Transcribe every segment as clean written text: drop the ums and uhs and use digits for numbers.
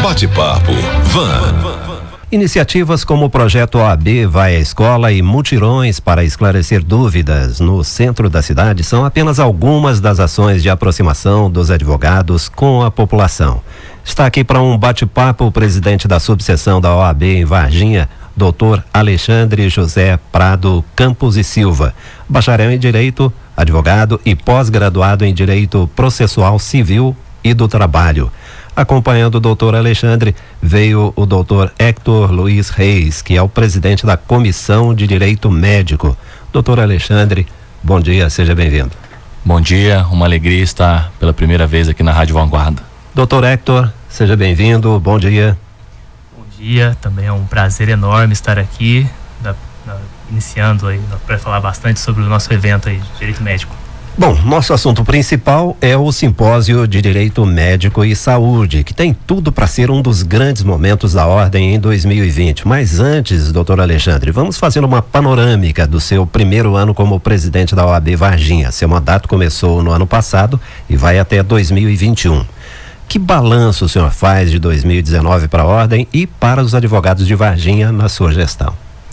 Bate-papo Van. Iniciativas como o projeto OAB Vai à Escola e mutirões para esclarecer dúvidas no centro da cidade são apenas algumas das ações de aproximação dos advogados com a população. Está aqui para um bate-papo o presidente da subseção da OAB em Varginha, Dr. Alexandre José Prado Campos e Silva, bacharel em Direito, advogado e pós-graduado em Direito Processual Civil e do Trabalho. Acompanhando o doutor Alexandre, veio o doutor Héctor Luiz Reis, que é o presidente da Comissão de Direito Médico. Doutor Alexandre, bom dia, seja bem-vindo. Bom dia, uma alegria estar pela primeira vez aqui na Rádio Vanguarda. Doutor Héctor, seja bem-vindo, bom dia. Bom dia, também é um prazer enorme estar aqui, iniciando aí para falar bastante sobre o nosso evento aí de Direito Médico. Bom, nosso assunto principal é o Simpósio de Direito Médico e Saúde, que tem tudo para ser um dos grandes momentos da ordem em 2020. Mas antes, doutor Alexandre, vamos fazer uma panorâmica do seu primeiro ano como presidente da OAB Varginha. Seu mandato começou no ano passado e vai até 2021. Que balanço o senhor faz de 2019 para a ordem e para os advogados de Varginha na sua gestão?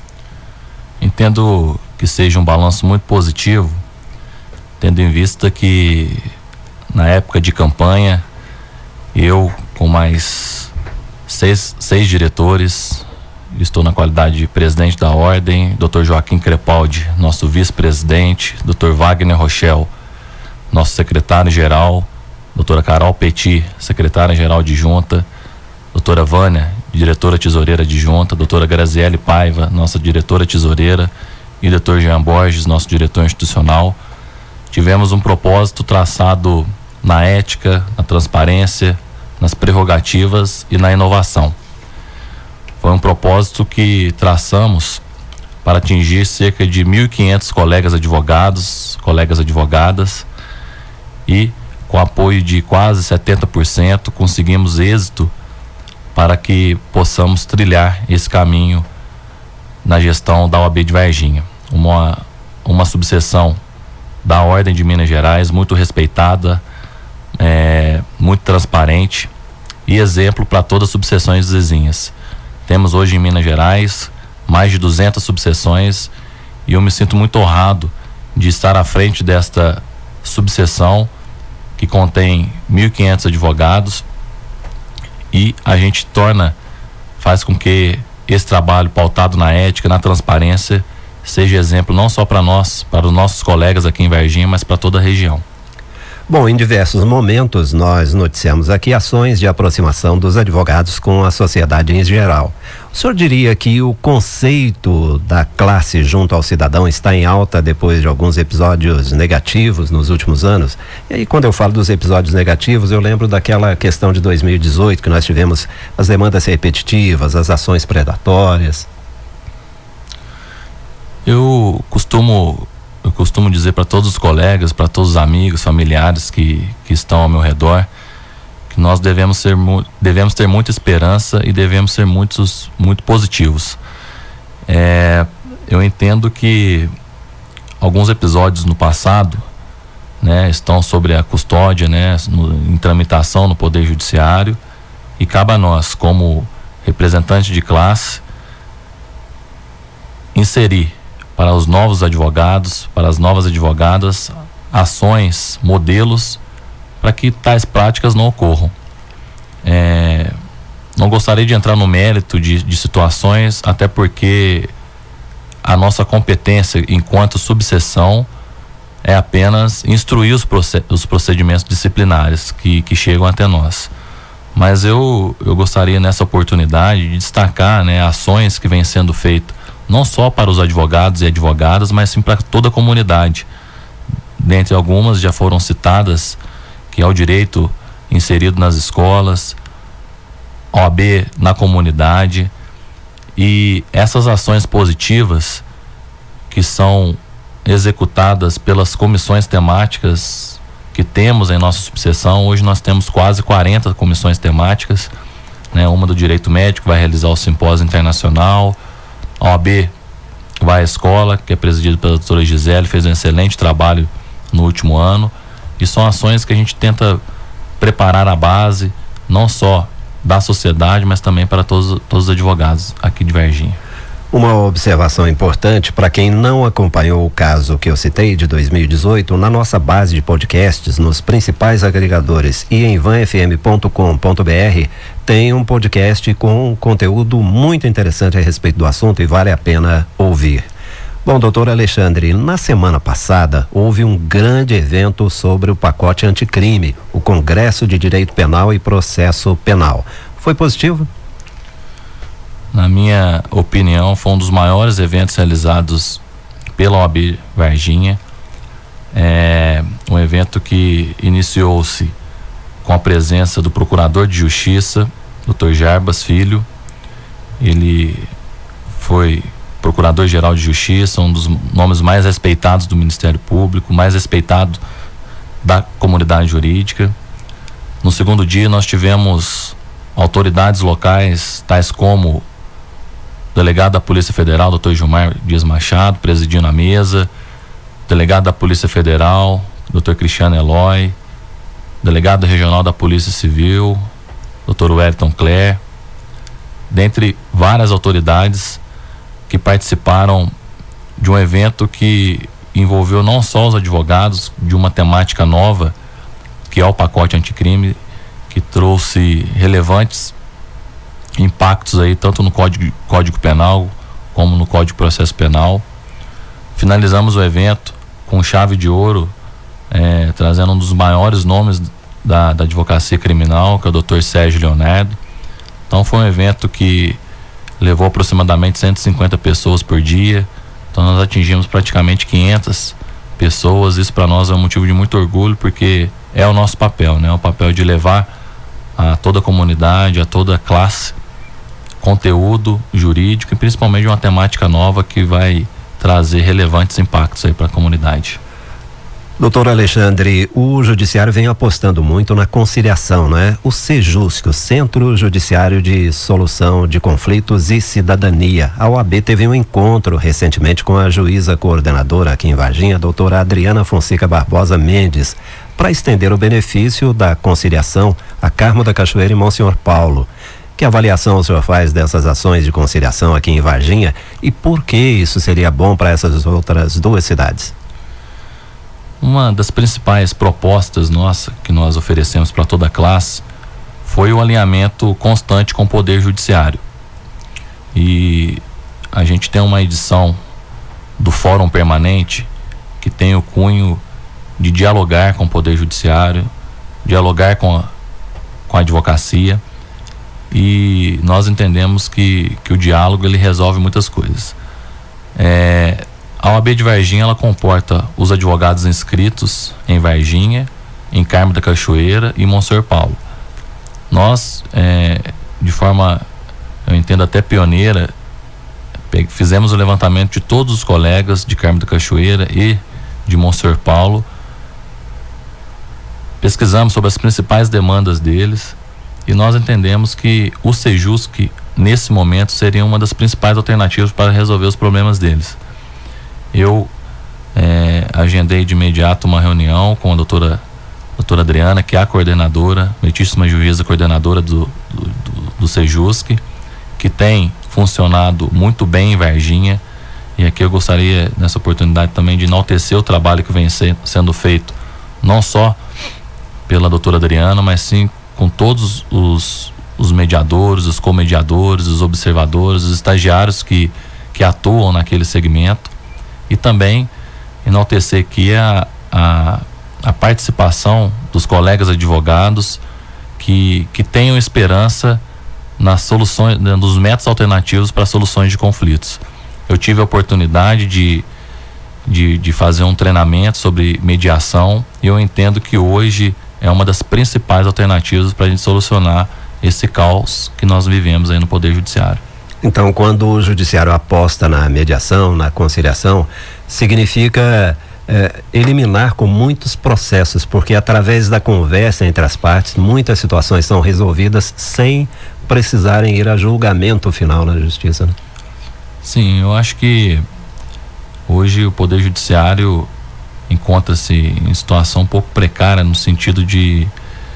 Entendo que seja um balanço muito positivo, tendo em vista que na época de campanha eu com mais seis diretores, estou na qualidade de presidente da ordem, Dr. Joaquim Crepaldi, nosso vice-presidente, Dr. Wagner Rochel, nosso secretário-geral, doutora Carol Petit, secretária-geral adjunta, doutora Vânia, diretora tesoureira adjunta, doutora Graziele Paiva, nossa diretora tesoureira, e doutor Jean Borges, nosso diretor institucional. Tivemos um propósito traçado na ética, na transparência, nas prerrogativas e na inovação. Foi um propósito que traçamos para atingir cerca de 1.500 colegas advogados, colegas advogadas, e com apoio de quase 70% conseguimos êxito para que possamos trilhar esse caminho na gestão da OAB de Varginha. Uma subseção da Ordem de Minas Gerais, muito respeitada, muito transparente e exemplo para todas as subseções vizinhas. Temos hoje em Minas Gerais mais de 200 subseções e eu me sinto muito honrado de estar à frente desta subseção que contém 1.500 advogados, e a gente faz com que esse trabalho pautado na ética, na transparência, seja exemplo não só para nós, para os nossos colegas aqui em Varginha, mas para toda a região. Bom, em diversos momentos nós noticiamos aqui ações de aproximação dos advogados com a sociedade em geral. O senhor diria que o conceito da classe junto ao cidadão está em alta depois de alguns episódios negativos nos últimos anos? E aí, quando eu falo dos episódios negativos, eu lembro daquela questão de 2018, que nós tivemos as demandas repetitivas, as ações predatórias. Eu costumo dizer para todos os colegas, para todos os amigos, familiares que estão ao meu redor, que nós devemos ter muita esperança e devemos ser muito positivos. Eu entendo que alguns episódios no passado, estão sobre a custódia, em tramitação no Poder Judiciário, e cabe a nós, como representantes de classe, inserir para os novos advogados, para as novas advogadas, ações, modelos, para que tais práticas não ocorram. Não gostaria de entrar no mérito de situações, até porque a nossa competência enquanto subseção é apenas instruir os procedimentos disciplinares que chegam até nós. Mas eu gostaria nessa oportunidade de destacar ações que vêm sendo feitas não só para os advogados e advogadas, mas sim para toda a comunidade. Dentre algumas já foram citadas, que é o direito inserido nas escolas, OAB na comunidade, e essas ações positivas que são executadas pelas comissões temáticas que temos em nossa subseção. Hoje nós temos quase 40 comissões temáticas, uma do direito médico vai realizar o simpósio internacional, a OAB vai à escola, que é presidido pela doutora Gisele, fez um excelente trabalho no último ano, e são ações que a gente tenta preparar a base, não só da sociedade, mas também para todos os advogados aqui de Varginha. Uma observação importante para quem não acompanhou o caso que eu citei de 2018, na nossa base de podcasts, nos principais agregadores e em vanfm.com.br, tem um podcast com conteúdo muito interessante a respeito do assunto e vale a pena ouvir. Bom, doutor Alexandre, na semana passada houve um grande evento sobre o pacote anticrime, o Congresso de Direito Penal e Processo Penal. Foi positivo? Na minha opinião, foi um dos maiores eventos realizados pela OAB Varginha. É um evento que iniciou-se com a presença do Procurador de Justiça, Dr. Jarbas Filho. Ele foi Procurador-Geral de Justiça, um dos nomes mais respeitados do Ministério Público, mais respeitado da comunidade jurídica. No segundo dia, nós tivemos autoridades locais, tais como o delegado da Polícia Federal, Dr. Gilmar Dias Machado, presidindo a mesa, delegado da Polícia Federal, Dr. Cristiano Eloy, delegado regional da Polícia Civil, Dr. Wellington Clare, dentre várias autoridades que participaram de um evento que envolveu não só os advogados de uma temática nova, que é o pacote anticrime, que trouxe relevantes impactos aí tanto no Código Penal como no Código de Processo Penal. Finalizamos o evento com chave de ouro, trazendo um dos maiores nomes da advocacia criminal, que é o Dr. Sérgio Leonardo. Então foi um evento que levou aproximadamente 150 pessoas por dia. Então nós atingimos praticamente 500 pessoas. Isso para nós é um motivo de muito orgulho, porque é o nosso papel, né? O papel de levar a toda a comunidade, a toda a classe, conteúdo jurídico e principalmente uma temática nova que vai trazer relevantes impactos aí para a comunidade. Doutor Alexandre, o judiciário vem apostando muito na conciliação, não é? O CEJUSC, o Centro Judiciário de Solução de Conflitos e Cidadania. A OAB teve um encontro recentemente com a juíza coordenadora aqui em Varginha, a doutora Adriana Fonseca Barbosa Mendes, para estender o benefício da conciliação a Carmo da Cachoeira e Monsenhor Paulo. Que avaliação o senhor faz dessas ações de conciliação aqui em Varginha e por que isso seria bom para essas outras duas cidades? Uma das principais propostas nossa que nós oferecemos para toda a classe foi o alinhamento constante com o Poder Judiciário. E a gente tem uma edição do Fórum Permanente que tem o cunho de dialogar com o Poder Judiciário, dialogar com a advocacia, e nós entendemos que o diálogo ele resolve muitas coisas. A OAB de Varginha ela comporta os advogados inscritos em Varginha, em Carmo da Cachoeira e Monsenhor Paulo. Nós, de forma, eu entendo até pioneira, fizemos o levantamento de todos os colegas de Carmo da Cachoeira e de Monsenhor Paulo, pesquisamos sobre as principais demandas deles e nós entendemos que o CEJUSC, nesse momento, seria uma das principais alternativas para resolver os problemas deles. Eu agendei de imediato uma reunião com a doutora Adriana, que é a coordenadora, meritíssima juíza coordenadora do CEJUSC, que tem funcionado muito bem em Varginha, e aqui eu gostaria, nessa oportunidade também, de enaltecer o trabalho que vem sendo feito, não só pela doutora Adriana, mas sim com todos os mediadores, os comediadores, os observadores, os estagiários que atuam naquele segmento, e também enaltecer aqui a participação dos colegas advogados que tenham esperança nas soluções, nos métodos alternativos para soluções de conflitos. Eu tive a oportunidade de fazer um treinamento sobre mediação e eu entendo que hoje é uma das principais alternativas para a gente solucionar esse caos que nós vivemos aí no Poder Judiciário. Então, quando o Judiciário aposta na mediação, na conciliação, significa eliminar com muitos processos, porque através da conversa entre as partes, muitas situações são resolvidas sem precisarem ir a julgamento final na Justiça, né? Sim, eu acho que hoje o Poder Judiciário encontra-se em situação um pouco precária no sentido de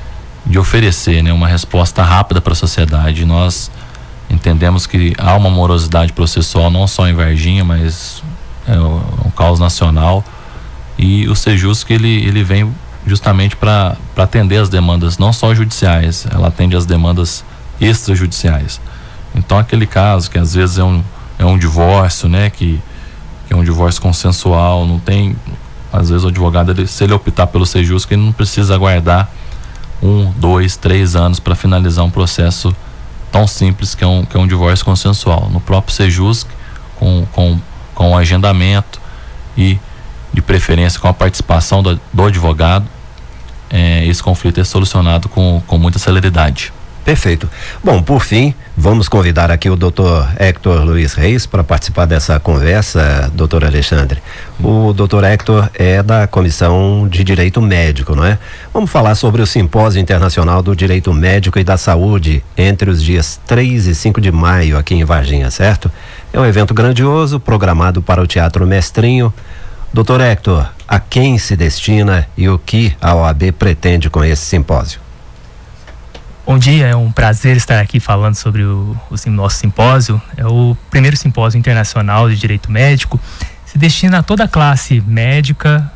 de oferecer, né, uma resposta rápida para a sociedade. Nós entendemos que há uma morosidade processual não só em Varginha, mas é um caos nacional, e o Sejusc ele vem justamente para atender as demandas não só judiciais, ela atende as demandas extrajudiciais. Então aquele caso que às vezes é um divórcio, né, que é um divórcio consensual, não tem, às vezes o advogado, se ele optar pelo Sejusc, ele não precisa aguardar 1, 2, 3 anos para finalizar um processo tão simples que é um divórcio consensual. No próprio Sejusc, com o agendamento e de preferência com a participação do advogado, esse conflito é solucionado com muita celeridade. Perfeito. Bom, por fim, vamos convidar aqui o Dr. Hector Luiz Reis para participar dessa conversa, doutor Alexandre. O Dr. Hector é da Comissão de Direito Médico, não é? Vamos falar sobre o Simpósio Internacional do Direito Médico e da Saúde entre os dias 3 e 5 de maio aqui em Varginha, certo? É um evento grandioso, programado para o Teatro Mestrinho. Dr. Hector, a quem se destina e o que a OAB pretende com esse simpósio? Bom dia, é um prazer estar aqui falando sobre o nosso simpósio. É o primeiro simpósio internacional de direito médico. Se destina a toda a classe médica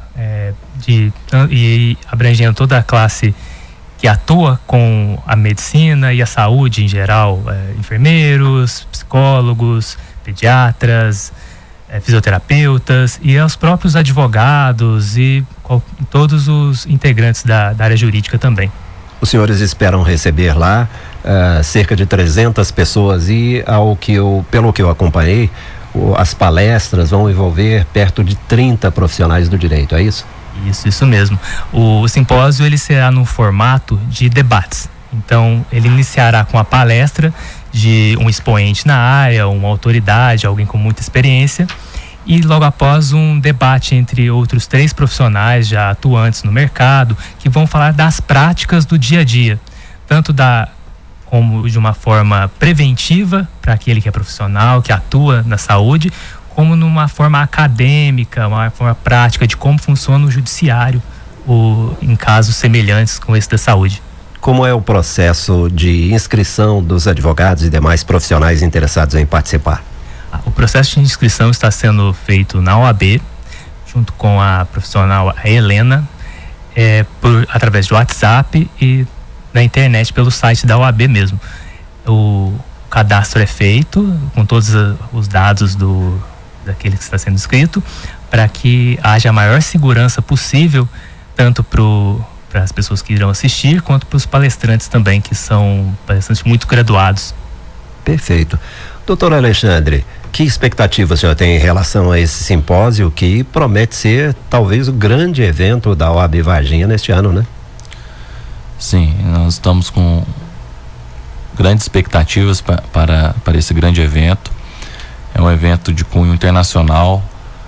e abrangendo toda a classe que atua com a medicina e a saúde em geral, enfermeiros, psicólogos, pediatras, fisioterapeutas e aos próprios advogados e todos os integrantes da área jurídica também. Os senhores esperam receber lá cerca de 300 pessoas e, pelo que eu acompanhei, as palestras vão envolver perto de 30 profissionais do direito, é isso? Isso mesmo. O simpósio ele será no formato de debates. Então, ele iniciará com a palestra de um expoente na área, uma autoridade, alguém com muita experiência, e logo após um debate entre outros 3 profissionais já atuantes no mercado, que vão falar das práticas do dia a dia, tanto como de uma forma preventiva para aquele que é profissional, que atua na saúde, como numa forma acadêmica, uma forma prática de como funciona o judiciário em casos semelhantes com esse da saúde. Como é o processo de inscrição dos advogados e demais profissionais interessados em participar? O processo de inscrição está sendo feito na OAB, junto com a profissional Helena, através do WhatsApp e na internet pelo site da OAB mesmo. O cadastro é feito com todos os dados daquele que está sendo inscrito, para que haja a maior segurança possível, tanto para as pessoas que irão assistir, quanto para os palestrantes também, que são palestrantes muito graduados. Perfeito. Doutor Alexandre, que expectativa o senhor tem em relação a esse simpósio que promete ser talvez o grande evento da OAB Varginha neste ano, né? Sim, nós estamos com grandes expectativas para esse grande evento. É um evento de cunho internacional,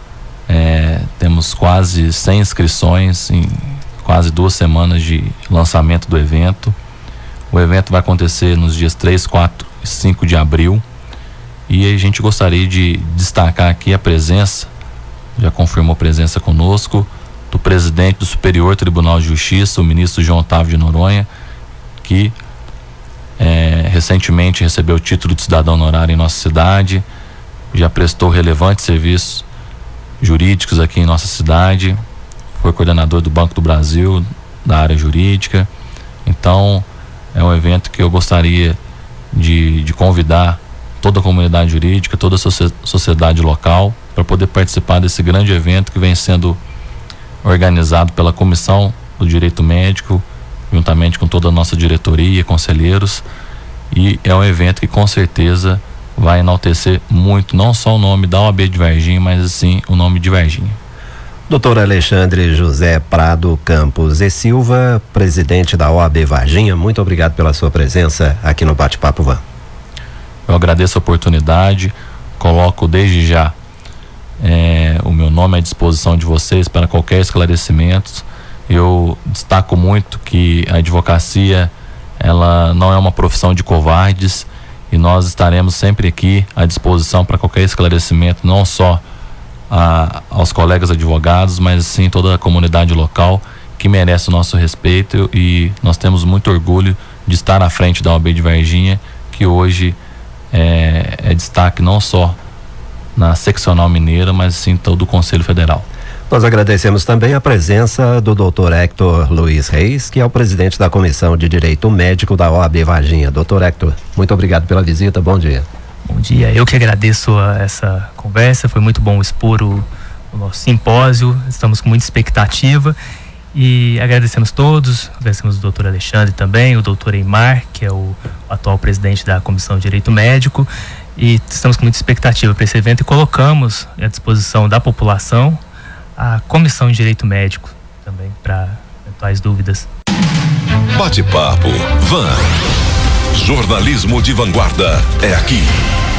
temos quase 100 inscrições em quase 2 semanas de lançamento do evento. O evento vai acontecer nos dias 3, 4 e 5 de abril. E a gente gostaria de destacar aqui a presença, já confirmou presença conosco, do presidente do Superior Tribunal de Justiça, o ministro João Otávio de Noronha, que recentemente recebeu o título de cidadão honorário em nossa cidade, já prestou relevantes serviços jurídicos aqui em nossa cidade, foi coordenador do Banco do Brasil, da área jurídica. Então, é um evento que eu gostaria de convidar toda a comunidade jurídica, toda a sociedade local, para poder participar desse grande evento que vem sendo organizado pela Comissão do Direito Médico, juntamente com toda a nossa diretoria, conselheiros, e é um evento que com certeza vai enaltecer muito, não só o nome da OAB de Varginha, mas sim o nome de Varginha. Doutor Alexandre José Prado Campos e Silva, presidente da OAB Varginha, muito obrigado pela sua presença aqui no Bate-Papo Van. Eu agradeço a oportunidade, coloco desde já o meu nome à disposição de vocês para qualquer esclarecimento. Eu destaco muito que a advocacia, ela não é uma profissão de covardes, e nós estaremos sempre aqui à disposição para qualquer esclarecimento, não só aos colegas advogados, mas sim toda a comunidade local que merece o nosso respeito, e nós temos muito orgulho de estar à frente da OAB de Varginha, que hoje é destaque não só na seccional mineira, mas sim todo o Conselho Federal. Nós agradecemos também a presença do Dr. Hector Luiz Reis, que é o presidente da Comissão de Direito Médico da OAB Varginha. Dr. Hector, muito obrigado pela visita, bom dia. Bom dia, eu que agradeço essa conversa, foi muito bom expor o nosso simpósio, estamos com muita expectativa e agradecemos todos, agradecemos o doutor Alexandre também, o doutor Eimar, que é o atual presidente da Comissão de Direito Médico, e estamos com muita expectativa para esse evento e colocamos à disposição da população a Comissão de Direito Médico também para eventuais dúvidas. Bate-papo Van. Jornalismo de vanguarda é aqui.